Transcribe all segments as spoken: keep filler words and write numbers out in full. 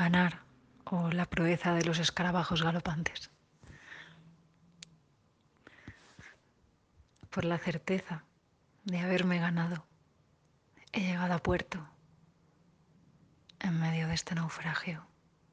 ganar o la proeza de los escarabajos galopantes. Por la certeza de haberme ganado, he llegado a puerto en medio de este naufragio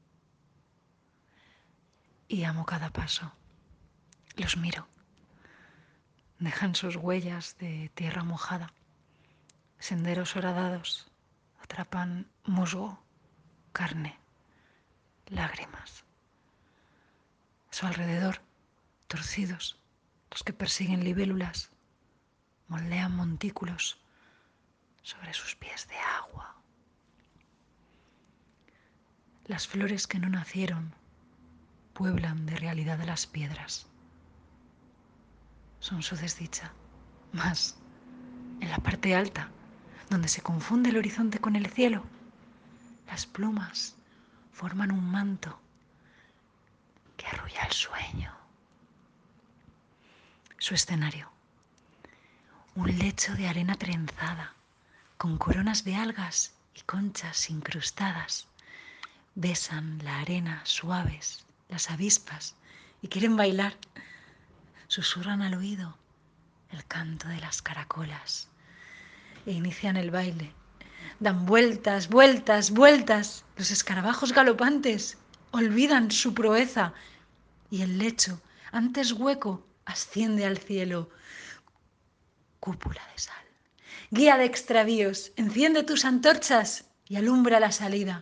y amo cada paso. Los miro. Dejan sus huellas de tierra mojada, senderos horadados, atrapan musgo, carne, lágrimas. A su alrededor, torcidos, los que persiguen libélulas, moldean montículos sobre sus pies de agua. Las flores que no nacieron pueblan de realidad las piedras. Son su desdicha, mas en la parte alta, donde se confunde el horizonte con el cielo, las plumas forman un manto que arrulla el sueño. Su escenario, un lecho de arena trenzada, con coronas de algas y conchas incrustadas. Besan la arena suaves las avispas y quieren bailar. Susurran al oído el canto de las caracolas e inician el baile. Dan vueltas, vueltas, vueltas. Los escarabajos galopantes olvidan su proeza y el lecho, antes hueco, asciende al cielo. Cúpula de sal, guía de extravíos, enciende tus antorchas y alumbra la salida.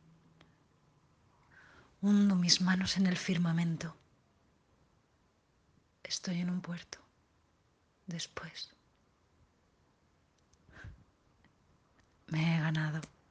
Hundo mis manos en el firmamento. Estoy en un puerto. Después me he ganado.